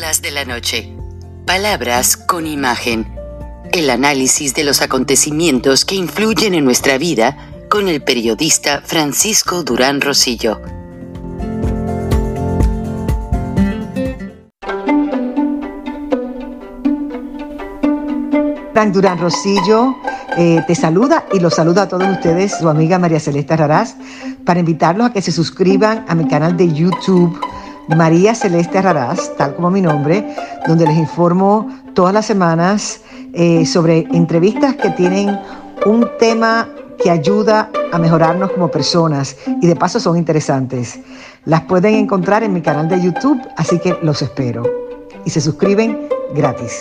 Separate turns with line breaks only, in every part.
Cosas de la noche. Palabras con imagen. El análisis de los acontecimientos que influyen en nuestra vida con el periodista Francisco Durán Rosillo.
Frank Durán Rosillo te saluda y los saluda a todos ustedes, su amiga María Celeste Raraz, para invitarlos a que se suscriban a mi canal de YouTube, María Celeste Raraz, tal como mi nombre, donde les informo todas las semanas sobre entrevistas que tienen un tema que ayuda a mejorarnos como personas y de paso son interesantes. Las pueden encontrar en mi canal de YouTube, así que los espero. Y se suscriben gratis.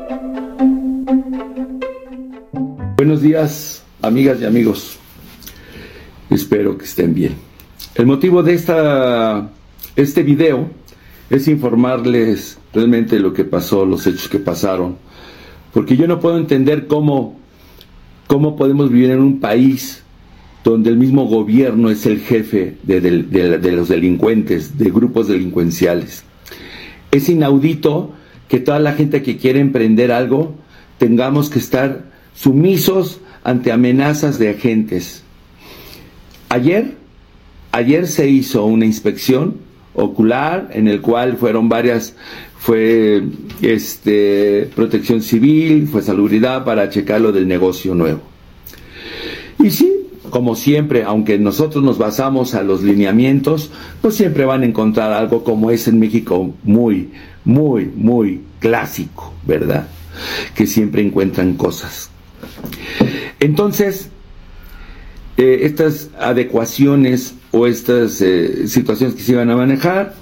Buenos días, amigas y amigos. Espero que estén bien. El motivo de este video es informarles realmente lo que pasó, los hechos que pasaron, porque yo no puedo entender cómo podemos vivir en un país donde el mismo gobierno es el jefe de los delincuentes, de grupos delincuenciales. Es inaudito que toda la gente que quiere emprender algo tengamos que estar sumisos ante amenazas de agentes. Ayer se hizo una inspección ocular en el cual fueron varias, fue protección civil, fue salubridad para checar lo del negocio nuevo. Y sí, como siempre, aunque nosotros nos basamos a los lineamientos, pues siempre van a encontrar algo como es en México muy, muy, muy clásico, ¿verdad? Que siempre encuentran cosas. Entonces, estas adecuaciones o estas situaciones que se iban a manejar,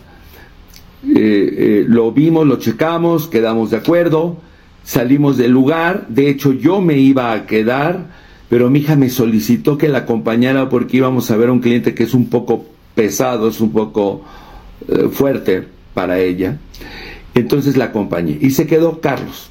lo vimos, lo checamos, quedamos de acuerdo, salimos del lugar. De hecho, yo me iba a quedar, pero mi hija me solicitó que la acompañara porque íbamos a ver a un cliente que es un poco pesado, es un poco fuerte para ella. Entonces la acompañé y se quedó Carlos.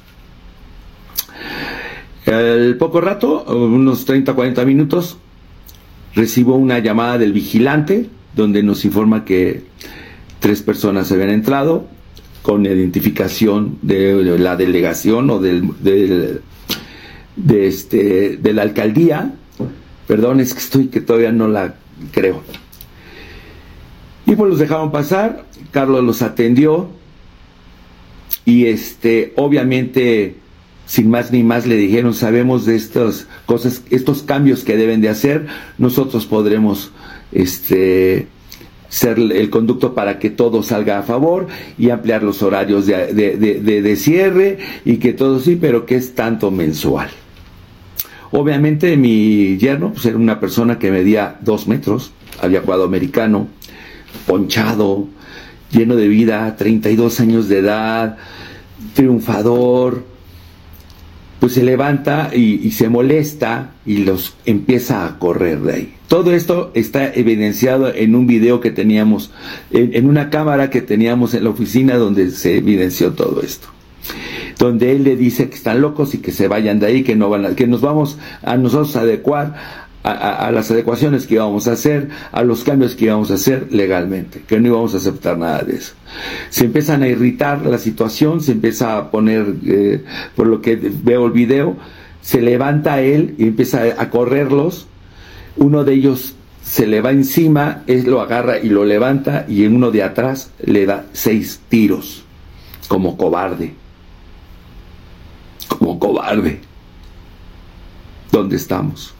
Al poco rato, unos 30-40 minutos, recibo una llamada del vigilante donde nos informa que 3 personas habían entrado con identificación de la delegación o de la alcaldía. Perdón, es que todavía no la creo. Y pues los dejaron pasar. Carlos los atendió y obviamente, sin más ni más, le dijeron: sabemos de estas cosas, estos cambios que deben de hacer, nosotros podremos ser el conducto para que todo salga a favor y ampliar los horarios de cierre y que todo sí, pero que es tanto mensual. Obviamente mi yerno pues era una persona que medía 2 metros, había jugado americano, ponchado, lleno de vida, 32 años de edad, triunfador. Pues se levanta y se molesta y los empieza a correr de ahí. Todo esto está evidenciado en un video que teníamos, en una cámara que teníamos en la oficina donde se evidenció todo esto. Donde él le dice que están locos y que se vayan de ahí, que nos vamos a nosotros a adecuar a las adecuaciones que íbamos a hacer, a los cambios que íbamos a hacer legalmente, que no íbamos a aceptar nada de eso. Se empiezan a irritar la situación, se empieza a poner, por lo que veo el video, se levanta él y empieza a correrlos. Uno de ellos se le va encima, él lo agarra y lo levanta, y en uno de atrás le da 6 tiros, como cobarde. Como cobarde. ¿Dónde estamos?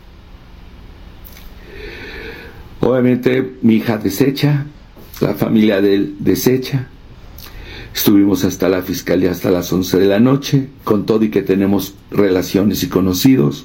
Obviamente mi hija desecha, la familia de él desecha. Estuvimos hasta la fiscalía hasta las 11 de la noche, con todo y que tenemos relaciones y conocidos.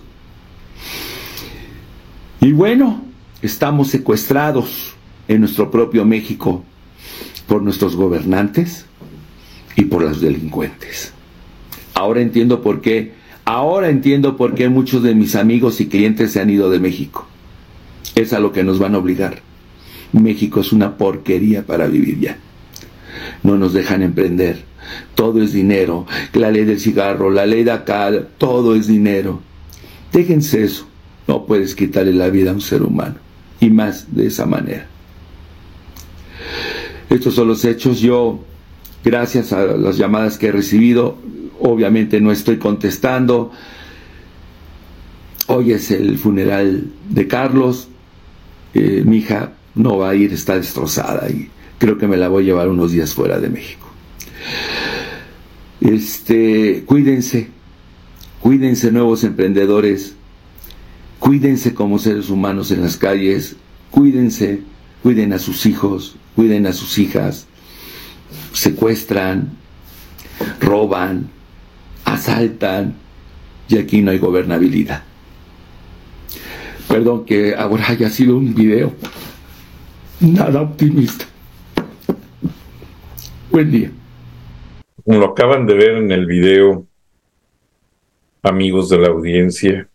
Y bueno, estamos secuestrados en nuestro propio México por nuestros gobernantes y por los delincuentes. Ahora entiendo por qué muchos de mis amigos y clientes se han ido de México. Es a lo que nos van a obligar. México es una porquería para vivir ya. No nos dejan emprender. Todo es dinero. La ley del cigarro, la ley de acá, todo es dinero. Déjense eso. No puedes quitarle la vida a un ser humano. Y más de esa manera. Estos son los hechos. Yo Gracias a las llamadas que he recibido, obviamente no estoy contestando. Hoy es el funeral de Carlos. Mi hija no va a ir, está destrozada y creo que me la voy a llevar unos días fuera de México. Cuídense nuevos emprendedores, cuídense como seres humanos en las calles, cuiden a sus hijos, cuiden a sus hijas. Secuestran, roban, asaltan y aquí no hay gobernabilidad. Perdón que ahora haya sido un video nada optimista. Buen día.
Como lo acaban de ver en el video, amigos de la audiencia,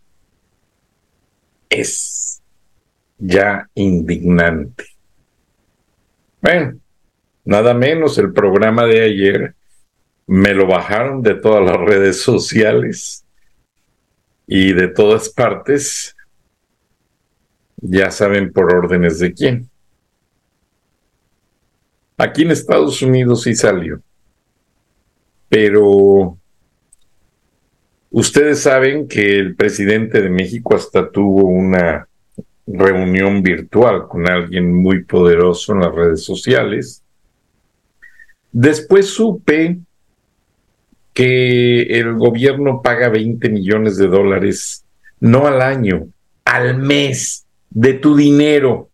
es ya indignante. Bueno, nada menos el programa de ayer me lo bajaron de todas las redes sociales y de todas partes. Ya saben por órdenes de quién. Aquí en Estados Unidos sí salió. Pero ustedes saben que el presidente de México hasta tuvo una reunión virtual con alguien muy poderoso en las redes sociales. Después supe que el gobierno paga $20 millones, no al año, al mes, de tu dinero,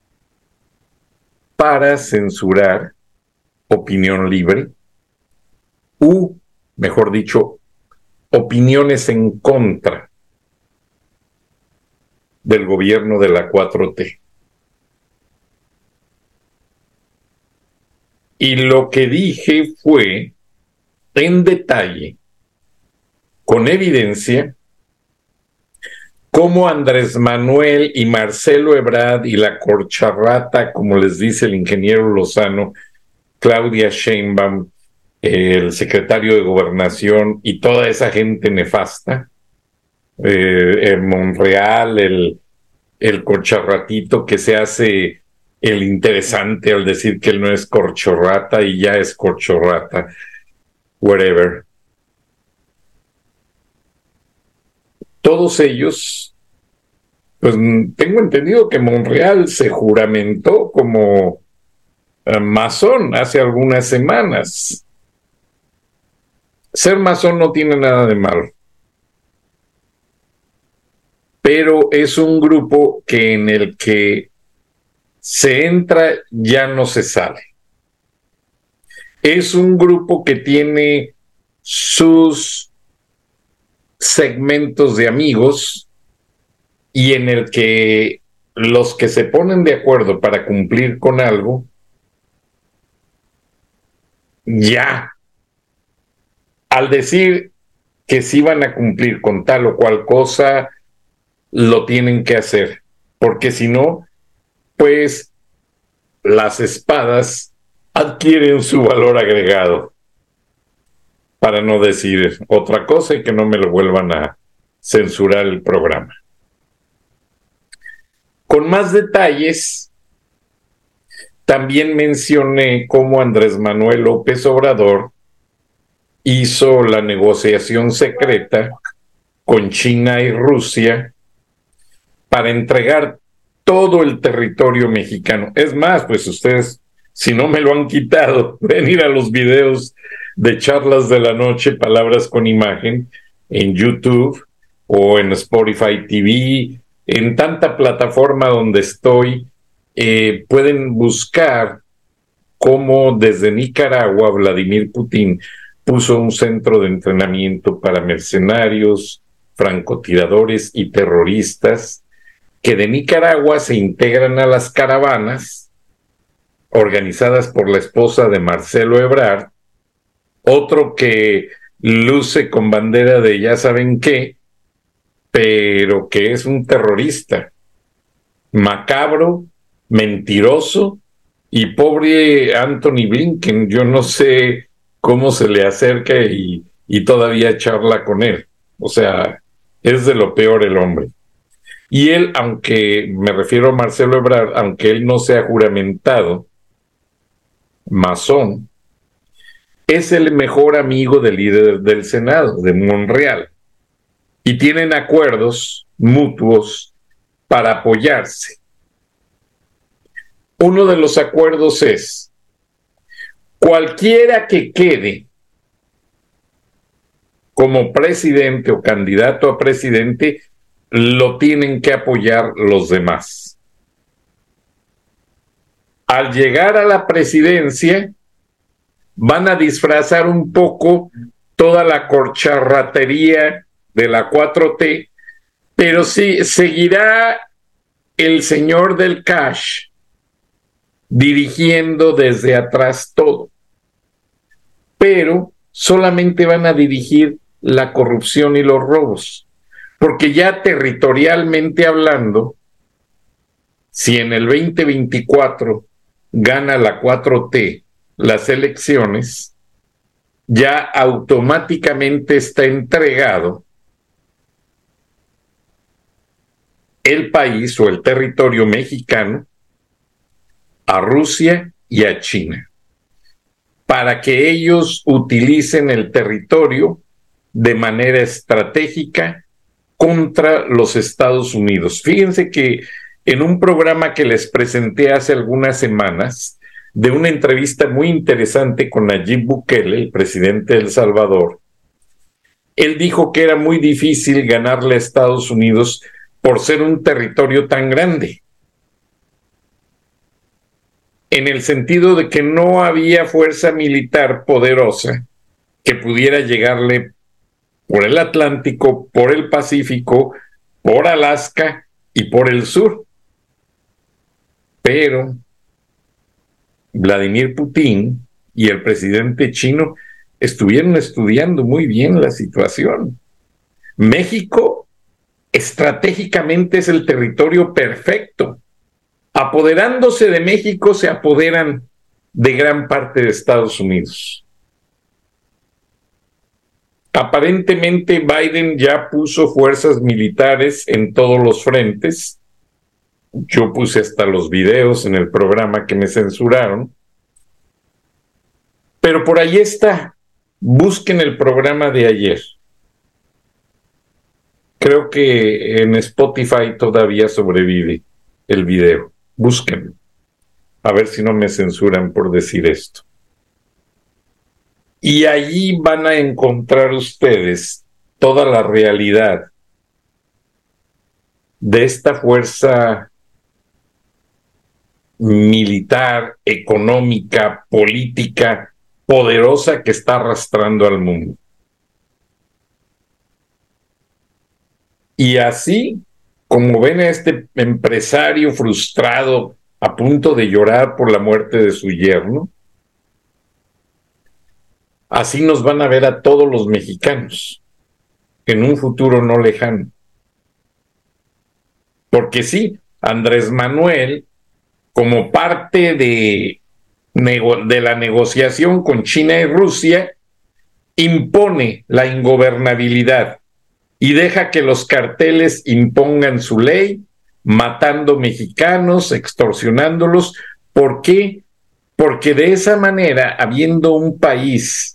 para censurar opinión libre, mejor dicho, opiniones en contra del gobierno de la 4T. Y lo que dije fue, en detalle, con evidencia, cómo Andrés Manuel y Marcelo Ebrard y la corcharrata, como les dice el ingeniero Lozano, Claudia Sheinbaum, el secretario de Gobernación y toda esa gente nefasta, en Monreal, el corcharratito que se hace el interesante al decir que él no es corchorrata y ya es corchorrata, whatever. Todos ellos, pues tengo entendido que Monreal se juramentó como masón hace algunas semanas. Ser masón no tiene nada de malo, pero es un grupo en el que se entra, ya no se sale. Es un grupo que tiene sus segmentos de amigos y en el que los que se ponen de acuerdo para cumplir con algo, ya, al decir que sí van a cumplir con tal o cual cosa, lo tienen que hacer, porque si no, pues las espadas adquieren su valor agregado, para no decir otra cosa y que no me lo vuelvan a censurar el programa. Con más detalles, también mencioné cómo Andrés Manuel López Obrador hizo la negociación secreta con China y Rusia para entregar todo el territorio mexicano. Es más, pues ustedes, si no me lo han quitado, venir a los videos de Charlas de la Noche, Palabras con Imagen, en YouTube o en Spotify TV, en tanta plataforma donde estoy, pueden buscar cómo desde Nicaragua Vladimir Putin puso un centro de entrenamiento para mercenarios, francotiradores y terroristas que de Nicaragua se integran a las caravanas organizadas por la esposa de Marcelo Ebrard, otro que luce con bandera de ya saben qué, pero que es un terrorista, macabro, mentiroso, y pobre Anthony Blinken, yo no sé cómo se le acerca y todavía charla con él. O sea, es de lo peor el hombre. Y él, aunque me refiero a Marcelo Ebrard, aunque él no sea juramentado masón, es el mejor amigo del líder del Senado, de Monreal, y tienen acuerdos mutuos para apoyarse. Uno de los acuerdos es: cualquiera que quede como presidente o candidato a presidente, lo tienen que apoyar los demás. Al llegar a la presidencia, van a disfrazar un poco toda la corcharratería de la 4T, pero sí seguirá el señor del cash dirigiendo desde atrás todo. Pero solamente van a dirigir la corrupción y los robos, porque ya territorialmente hablando, si en el 2024 gana la 4T las elecciones, ya automáticamente está entregado el país o el territorio mexicano a Rusia y a China, para que ellos utilicen el territorio de manera estratégica contra los Estados Unidos. Fíjense que en un programa que les presenté hace algunas semanas, de una entrevista muy interesante con Nayib Bukele, el presidente de El Salvador, él dijo que era muy difícil ganarle a Estados Unidos por ser un territorio tan grande, en el sentido de que no había fuerza militar poderosa que pudiera llegarle por el Atlántico, por el Pacífico, por Alaska y por el sur. Pero Vladimir Putin y el presidente chino estuvieron estudiando muy bien la situación. México estratégicamente es el territorio perfecto. Apoderándose de México, se apoderan de gran parte de Estados Unidos. Aparentemente Biden ya puso fuerzas militares en todos los frentes. Yo puse hasta los videos en el programa que me censuraron. Pero por ahí está. Busquen el programa de ayer. Creo que en Spotify todavía sobrevive el video. Búsquenlo. A ver si no me censuran por decir esto. Y allí van a encontrar ustedes toda la realidad de esta fuerza militar, económica, política, poderosa que está arrastrando al mundo. Y así, como ven a este empresario frustrado a punto de llorar por la muerte de su yerno, así nos van a ver a todos los mexicanos en un futuro no lejano. Porque sí, Andrés Manuel, como parte de la negociación con China y Rusia, impone la ingobernabilidad y deja que los carteles impongan su ley, matando mexicanos, extorsionándolos. ¿Por qué? Porque de esa manera, habiendo un país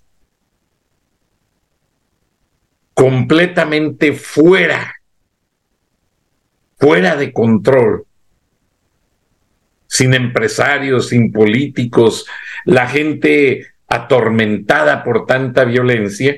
completamente fuera de control, sin empresarios, sin políticos, la gente atormentada por tanta violencia,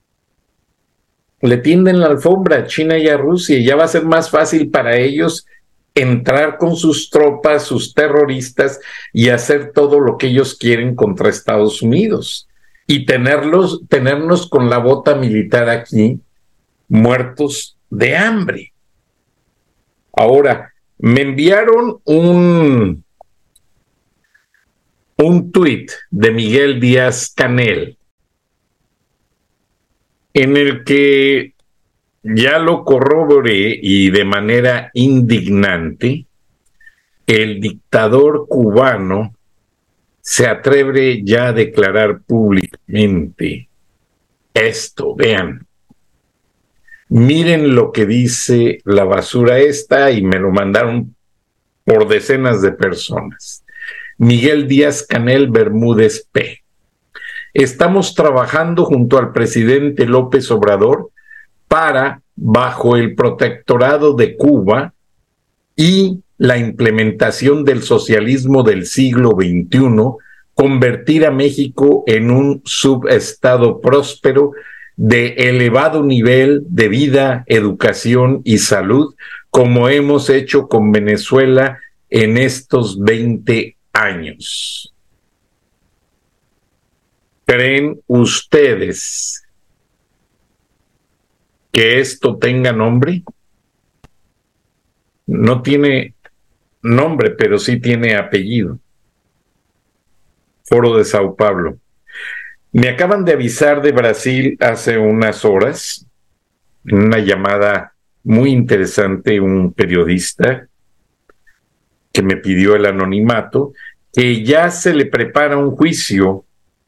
le tienden la alfombra a China y a Rusia, y ya va a ser más fácil para ellos entrar con sus tropas, sus terroristas, y hacer todo lo que ellos quieren contra Estados Unidos, y tenernos con la bota militar aquí, muertos de hambre. Ahora, me enviaron un tuit de Miguel Díaz-Canel, en el que ya lo corroboré, y de manera indignante, el dictador cubano se atreve ya a declarar públicamente esto. Vean, miren lo que dice la basura esta, y me lo mandaron por decenas de personas. Miguel Díaz-Canel Bermúdez P. estamos trabajando junto al presidente López Obrador para, bajo el protectorado de Cuba y la implementación del socialismo del siglo XXI, convertir a México en un subestado próspero de elevado nivel de vida, educación y salud, como hemos hecho con Venezuela en estos 20 años. ¿Creen ustedes que esto tenga nombre? No tiene nombre, pero sí tiene apellido. Foro de Sao Paulo. Me acaban de avisar de Brasil hace unas horas, en una llamada muy interesante, un periodista que me pidió el anonimato, que ya se le prepara un juicio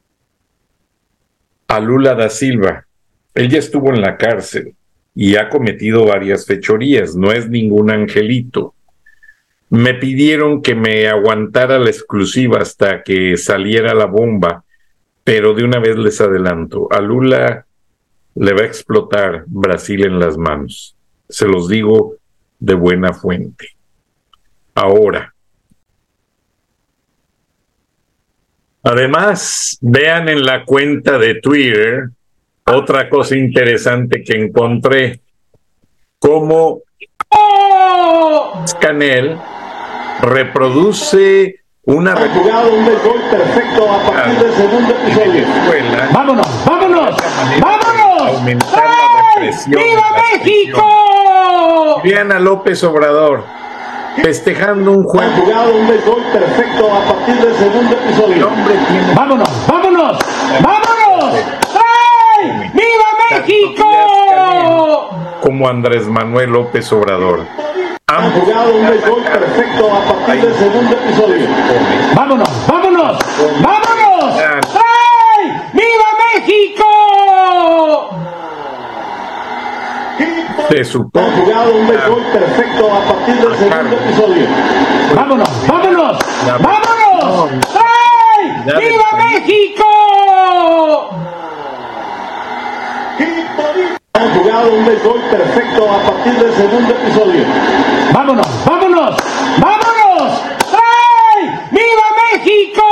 a Lula da Silva. Él ya estuvo en la cárcel y ha cometido varias fechorías, no es ningún angelito. Me pidieron que me aguantara la exclusiva hasta que saliera la bomba, pero de una vez les adelanto, a Lula le va a explotar Brasil en las manos. Se los digo de buena fuente. Ahora, además, vean en la cuenta de Twitter otra cosa interesante que encontré, cómo Canel reproduce una
jugado un gol perfecto a partir del segundo episodio.
¡Vámonos! ¡Vámonos! ¡Vámonos!
Aumentar la represión.
¡Viva México!
Vean a López Obrador festejando un juego.
Ha jugado un gol perfecto a partir del segundo episodio.
El hombre tiene...
¡Vámonos! ¡Vámonos! ¡Vámonos! ¡Ay! ¡Viva México!
Como Andrés Manuel López Obrador.
Han jugado un gol perfecto a partir del segundo episodio.
¡Vámonos! ¡Vámonos! ¡Vámonos! ¡Ay! ¡Viva México!
Se supone.
Han jugado un gol perfecto a partir del segundo episodio.
¡Vámonos! ¡Vámonos! ¡Vámonos! ¡Ay! ¡Viva México!
Han jugado un gol perfecto a partir del segundo episodio.
¡Vámonos! ¡Vámonos! ¡Vámonos! ¡Ay! ¡Viva México!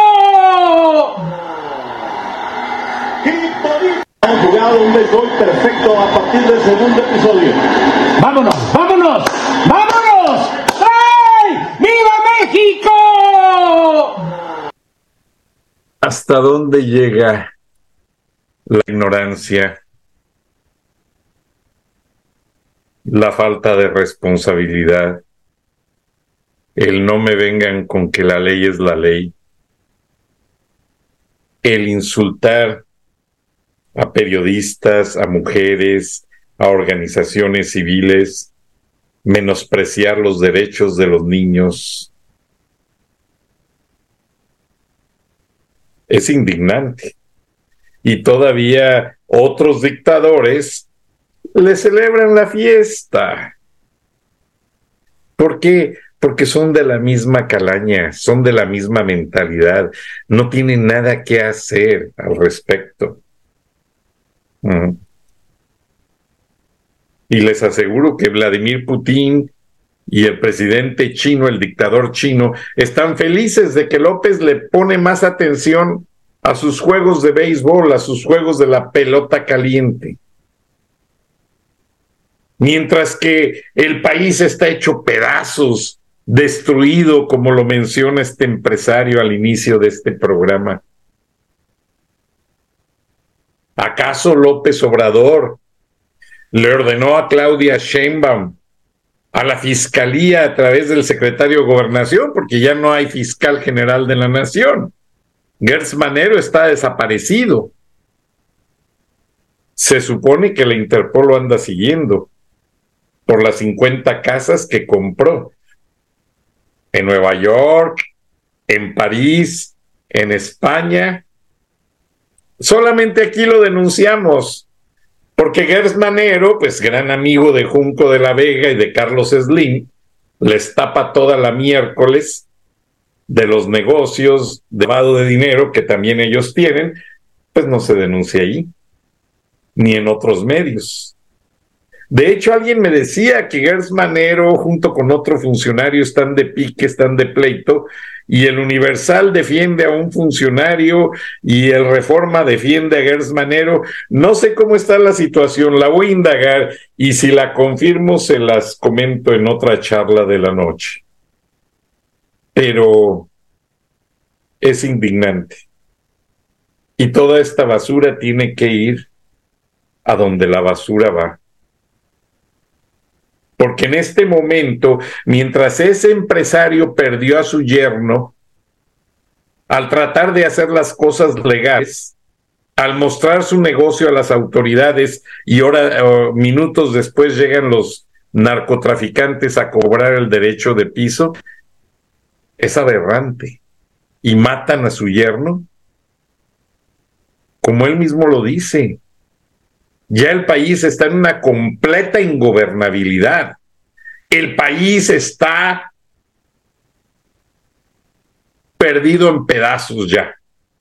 Han jugado un gol perfecto a partir del segundo episodio.
¡Vámonos! ¡Vámonos! ¡Vámonos! ¡Ay! ¡Viva México!
¿Hasta dónde llega la ignorancia, la falta de responsabilidad, el no me vengan con que la ley es la ley, el insultar a periodistas, a mujeres, a organizaciones civiles, menospreciar los derechos de los niños? Es indignante. Y todavía otros dictadores le celebran la fiesta. ¿Por qué? Porque son de la misma calaña, son de la misma mentalidad, no tienen nada que hacer al respecto. Y les aseguro que Vladimir Putin y el presidente chino, el dictador chino, están felices de que López le pone más atención a sus juegos de béisbol, a sus juegos de la pelota caliente. Mientras que el país está hecho pedazos, destruido, como lo menciona este empresario al inicio de este programa. ¿Acaso López Obrador le ordenó a Claudia Sheinbaum, a la Fiscalía a través del secretario de Gobernación, porque ya no hay fiscal general de la Nación? Gertz Manero está desaparecido. Se supone que la Interpol lo anda siguiendo por las 50 casas que compró en Nueva York, en París, en España. Solamente aquí lo denunciamos, porque Gertz Manero, pues gran amigo de Junco de la Vega y de Carlos Slim, les tapa toda la miércoles de los negocios de lavado de dinero que también ellos tienen, pues no se denuncia ahí, ni en otros medios. De hecho, alguien me decía que Gers Manero junto con otro funcionario están de pique, están de pleito, y el Universal defiende a un funcionario y el Reforma defiende a Gers Manero. No sé cómo está la situación, la voy a indagar y si la confirmo se las comento en otra charla de la noche. Pero es indignante. Y toda esta basura tiene que ir a donde la basura va. Porque en este momento, mientras ese empresario perdió a su yerno, al tratar de hacer las cosas legales, al mostrar su negocio a las autoridades y minutos después llegan los narcotraficantes a cobrar el derecho de piso, es aberrante. Y matan a su yerno, como él mismo lo dice. Ya el país está en una completa ingobernabilidad. El país está perdido en pedazos ya.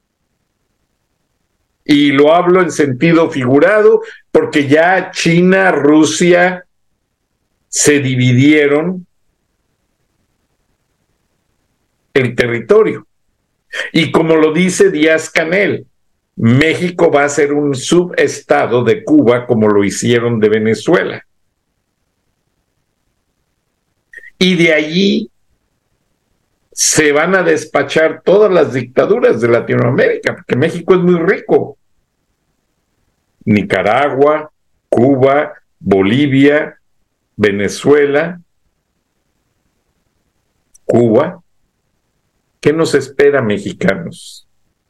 Y lo hablo en sentido figurado porque ya China, Rusia se dividieron el territorio. Y como lo dice Díaz-Canel, México va a ser un subestado de Cuba como lo hicieron de Venezuela. Y de allí se van a despachar todas las dictaduras de Latinoamérica, porque México es muy rico. Nicaragua, Cuba, Bolivia, Venezuela, Cuba. ¿Qué nos espera, mexicanos?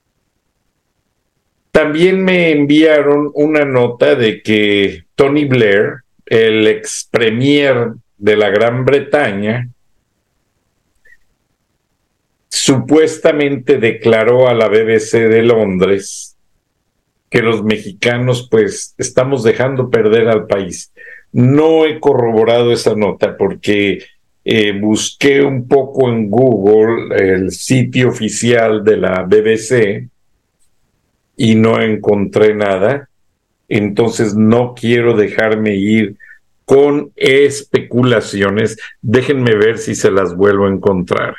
También me enviaron una nota de que Tony Blair, el ex premier de la Gran Bretaña, supuestamente declaró a la BBC de Londres que los mexicanos pues estamos dejando perder al país. No he corroborado esa nota porque busqué un poco en Google el sitio oficial de la BBC y no encontré nada, entonces no quiero dejarme ir con especulaciones. Déjenme ver si se las vuelvo a encontrar.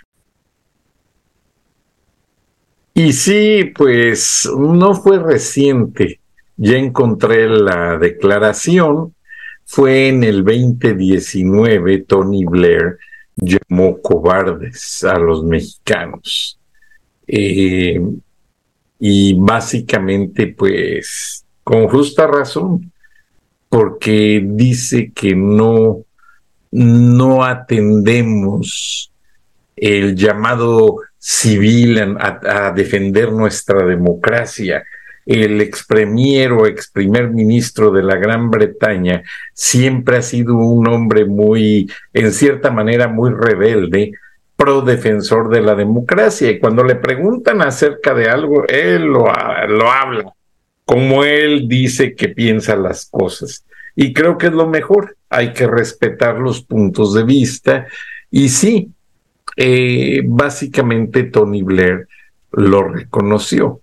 Y sí, pues no fue reciente, ya encontré la declaración, fue en el 2019, Tony Blair llamó cobardes a los mexicanos. Y básicamente, pues, con justa razón, porque dice que no atendemos el llamado civil a defender nuestra democracia. El ex premier o ex primer ministro de la Gran Bretaña siempre ha sido un hombre muy, en cierta manera, muy rebelde, pro defensor de la democracia, y cuando le preguntan acerca de algo, él lo habla, como él dice que piensa las cosas. Y creo que es lo mejor, hay que respetar los puntos de vista, y sí, básicamente Tony Blair lo reconoció.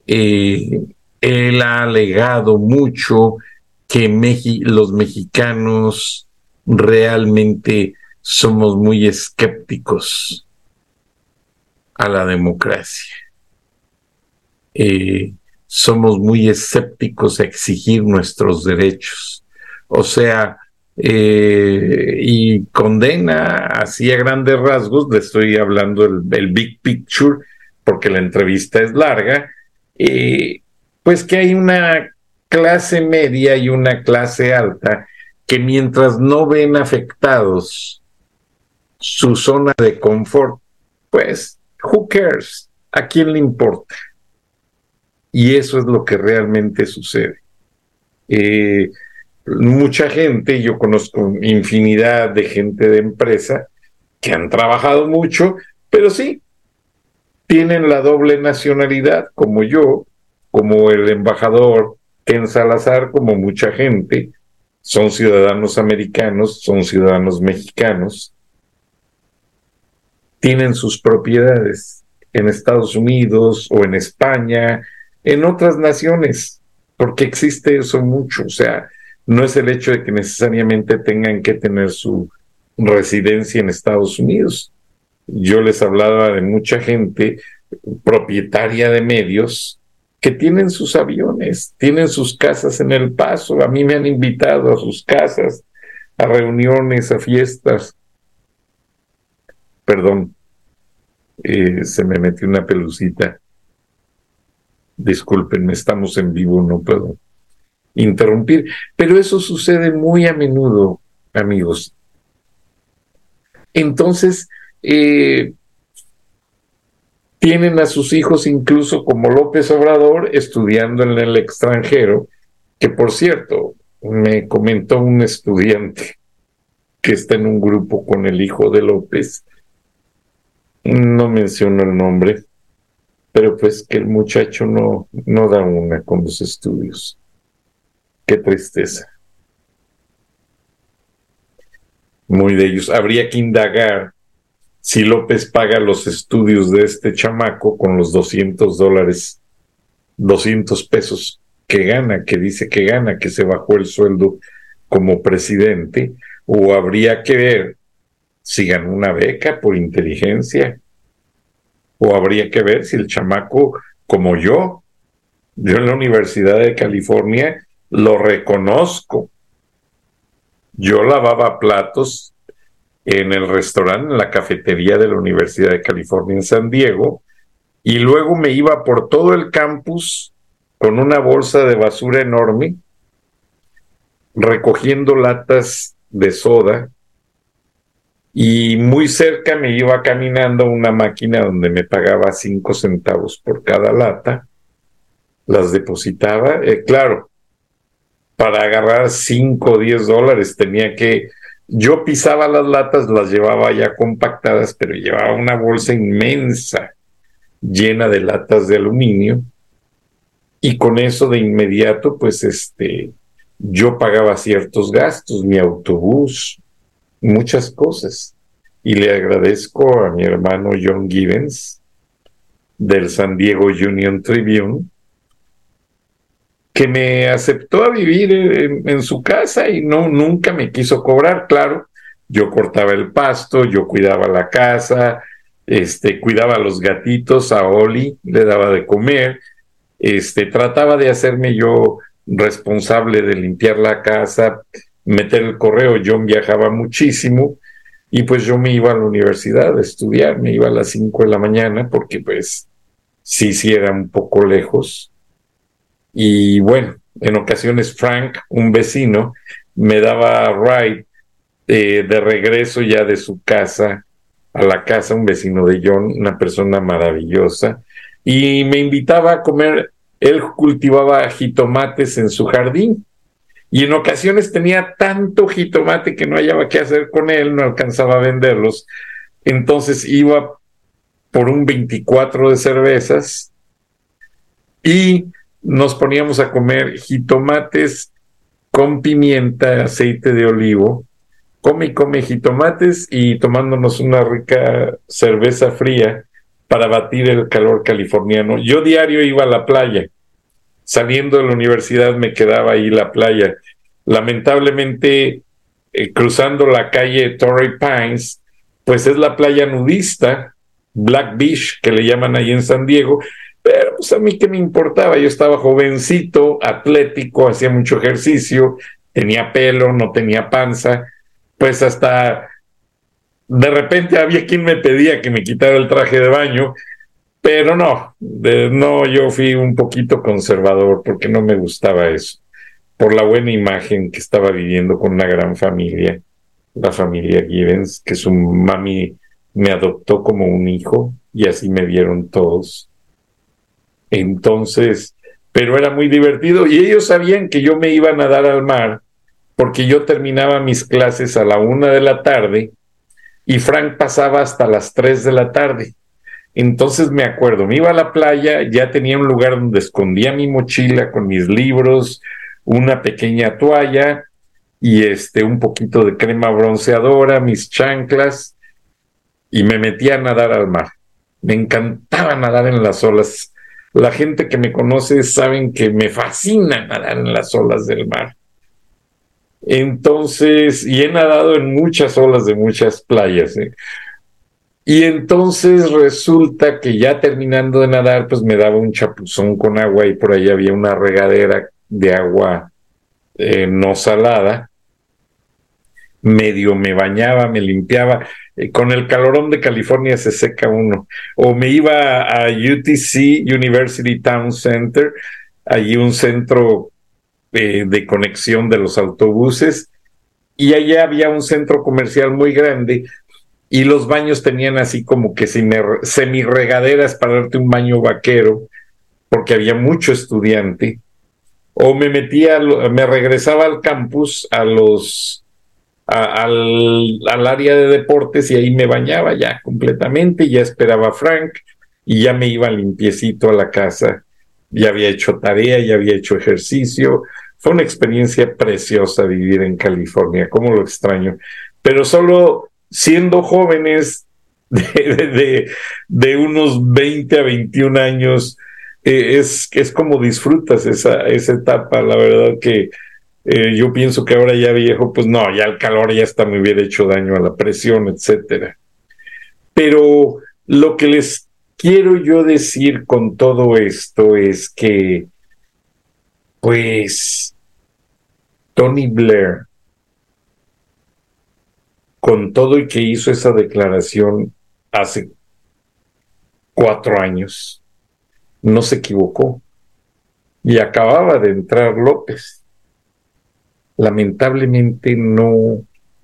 Él ha alegado mucho que los mexicanos realmente somos muy escépticos a la democracia. Somos muy escépticos a exigir nuestros derechos. O sea, y condena así a grandes rasgos, le estoy hablando el big picture, porque la entrevista es larga, pues que hay una clase media y una clase alta que mientras no ven afectados su zona de confort, pues, who cares? ¿A quién le importa? Y eso es lo que realmente sucede. Mucha gente, yo conozco infinidad de gente de empresa que han trabajado mucho, pero sí, tienen la doble nacionalidad, como yo, como el embajador Ken Salazar, como mucha gente, son ciudadanos americanos, son ciudadanos mexicanos, tienen sus propiedades en Estados Unidos o en España en otras naciones, porque existe eso mucho. O sea, no es el hecho de que necesariamente tengan que tener su residencia en Estados Unidos. Yo les hablaba de mucha gente propietaria de medios que tienen sus aviones, tienen sus casas en El Paso. A mí me han invitado a sus casas, a reuniones, a fiestas. Perdón, se me metió una pelucita. Discúlpenme, estamos en vivo, no puedo interrumpir. Pero eso sucede muy a menudo, amigos. Entonces, tienen a sus hijos, incluso como López Obrador, estudiando en el extranjero, que por cierto, me comentó un estudiante que está en un grupo con el hijo de López, no menciono el nombre, pero pues que el muchacho no da una con los estudios. Qué tristeza. Muy de ellos. Habría que indagar si López paga los estudios de este chamaco con los $200, 200 pesos que gana, que dice que gana, que se bajó el sueldo como presidente, o habría que ver si ganó una beca por inteligencia, o habría que ver si el chamaco, como yo en la Universidad de California, lo reconozco. Yo lavaba platos en el restaurante, en la cafetería de la Universidad de California en San Diego, y luego me iba por todo el campus con una bolsa de basura enorme, recogiendo latas de soda, y muy cerca me iba caminando a una máquina donde me pagaba 5 centavos por cada lata, las depositaba, claro, para agarrar 5 o 10 dólares tenía que... Yo pisaba las latas, las llevaba ya compactadas, pero llevaba una bolsa inmensa llena de latas de aluminio, y con eso de inmediato, pues yo pagaba ciertos gastos, mi autobús, muchas cosas. Y le agradezco a mi hermano John Givens del San Diego Union Tribune, que me aceptó a vivir en su casa y nunca me quiso cobrar. Claro, yo cortaba el pasto, yo cuidaba la casa, cuidaba a los gatitos, a Oli le daba de comer, trataba de hacerme yo responsable de limpiar la casa, meter el correo. John viajaba muchísimo y pues yo me iba a la universidad a estudiar, me iba a las 5 de la mañana porque pues sí era un poco lejos. Y bueno, en ocasiones Frank, un vecino, me daba ride de regreso ya de su casa a la casa, un vecino de John, una persona maravillosa, y me invitaba a comer. Él cultivaba jitomates en su jardín, y en ocasiones tenía tanto jitomate que no hallaba qué hacer con él, no alcanzaba a venderlos, entonces iba por un 24 de cervezas y nos poníamos a comer jitomates con pimienta, aceite de olivo, come jitomates y tomándonos una rica cerveza fría para batir el calor californiano. Yo diario iba a la playa. Saliendo de la universidad me quedaba ahí la playa. Lamentablemente, cruzando la calle Torrey Pines, pues es la playa nudista, Black Beach, que le llaman ahí en San Diego, pero pues a mí qué me importaba. Yo estaba jovencito, atlético, hacía mucho ejercicio, tenía pelo, no tenía panza, pues hasta de repente había quien me pedía que me quitara el traje de baño, pero no, yo fui un poquito conservador porque no me gustaba eso, por la buena imagen que estaba viviendo con una gran familia, la familia Givens, que su mami me adoptó como un hijo y así me vieron todos. Entonces, pero era muy divertido y ellos sabían que yo me iba a nadar al mar porque yo terminaba mis clases a la 1 de la tarde y Frank pasaba hasta las 3 de la tarde. Entonces me acuerdo, me iba a la playa, ya tenía un lugar donde escondía mi mochila con mis libros, una pequeña toalla y un poquito de crema bronceadora, mis chanclas, y me metía a nadar al mar. Me encantaba nadar en las olas. La gente que me conoce saben que me fascina nadar en las olas del mar. Entonces, y he nadado en muchas olas de muchas playas, ¿eh? Y entonces resulta que ya terminando de nadar, pues me daba un chapuzón con agua y por ahí había una regadera de agua no salada. Medio me bañaba, me limpiaba. Con el calorón de California se seca uno. O me iba a UTC, University Town Center, allí un centro de conexión de los autobuses, y allá había un centro comercial muy grande y los baños tenían así como que semi-regaderas para darte un baño vaquero, porque había mucho estudiante. O me regresaba al campus, al área de deportes, y ahí me bañaba ya completamente, ya esperaba a Frank y ya me iba limpiecito a la casa. Ya había hecho tarea, ya había hecho ejercicio. Fue una experiencia preciosa vivir en California, cómo lo extraño. Pero solo siendo jóvenes de unos 20 a 21 años, es como disfrutas esa etapa. La verdad que yo pienso que ahora ya viejo, pues no, ya el calor ya está, me hubiera hecho daño a la presión, etcétera. Pero lo que les quiero yo decir con todo esto es que, pues, Tony Blair, con todo y que hizo esa declaración hace 4 años, no se equivocó. Y acababa de entrar López. Lamentablemente no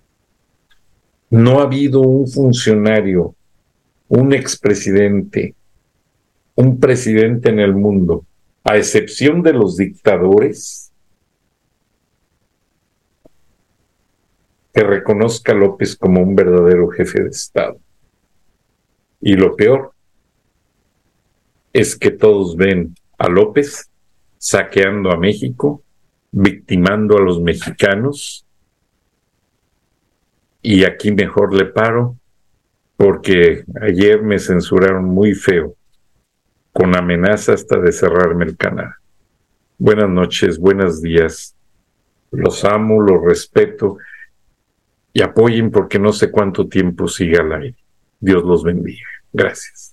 ha habido un funcionario, un expresidente, un presidente en el mundo, a excepción de los dictadores, que reconozca a López como un verdadero jefe de Estado. Y lo peor es que todos ven a López saqueando a México, victimando a los mexicanos, y aquí mejor le paro, porque ayer me censuraron muy feo, con amenaza hasta de cerrarme el canal. Buenas noches, buenos días, los amo, los respeto, y apoyen porque no sé cuánto tiempo siga al aire. Dios los bendiga. Gracias.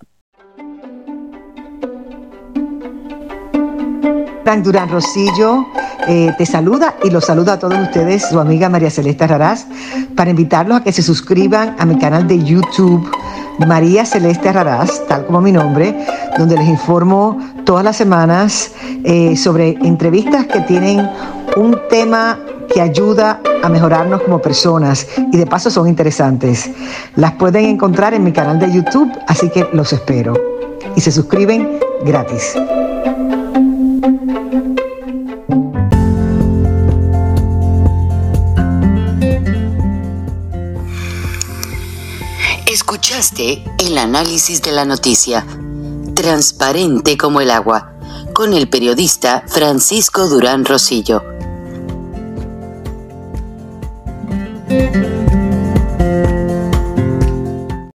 Frank Durán Rosillo te saluda y los saluda a todos ustedes, su amiga María Celeste Raraz, para invitarlos a que se suscriban a mi canal de YouTube, María Celeste Raraz, tal como mi nombre, donde les informo todas las semanas sobre entrevistas que tienen un tema que ayuda a mejorarnos como personas y de paso son interesantes. Las pueden encontrar en mi canal de YouTube, así que los espero. Y se suscriben gratis.
Escuchaste el análisis de la noticia, transparente como el agua, con el periodista Francisco Durán Rosillo.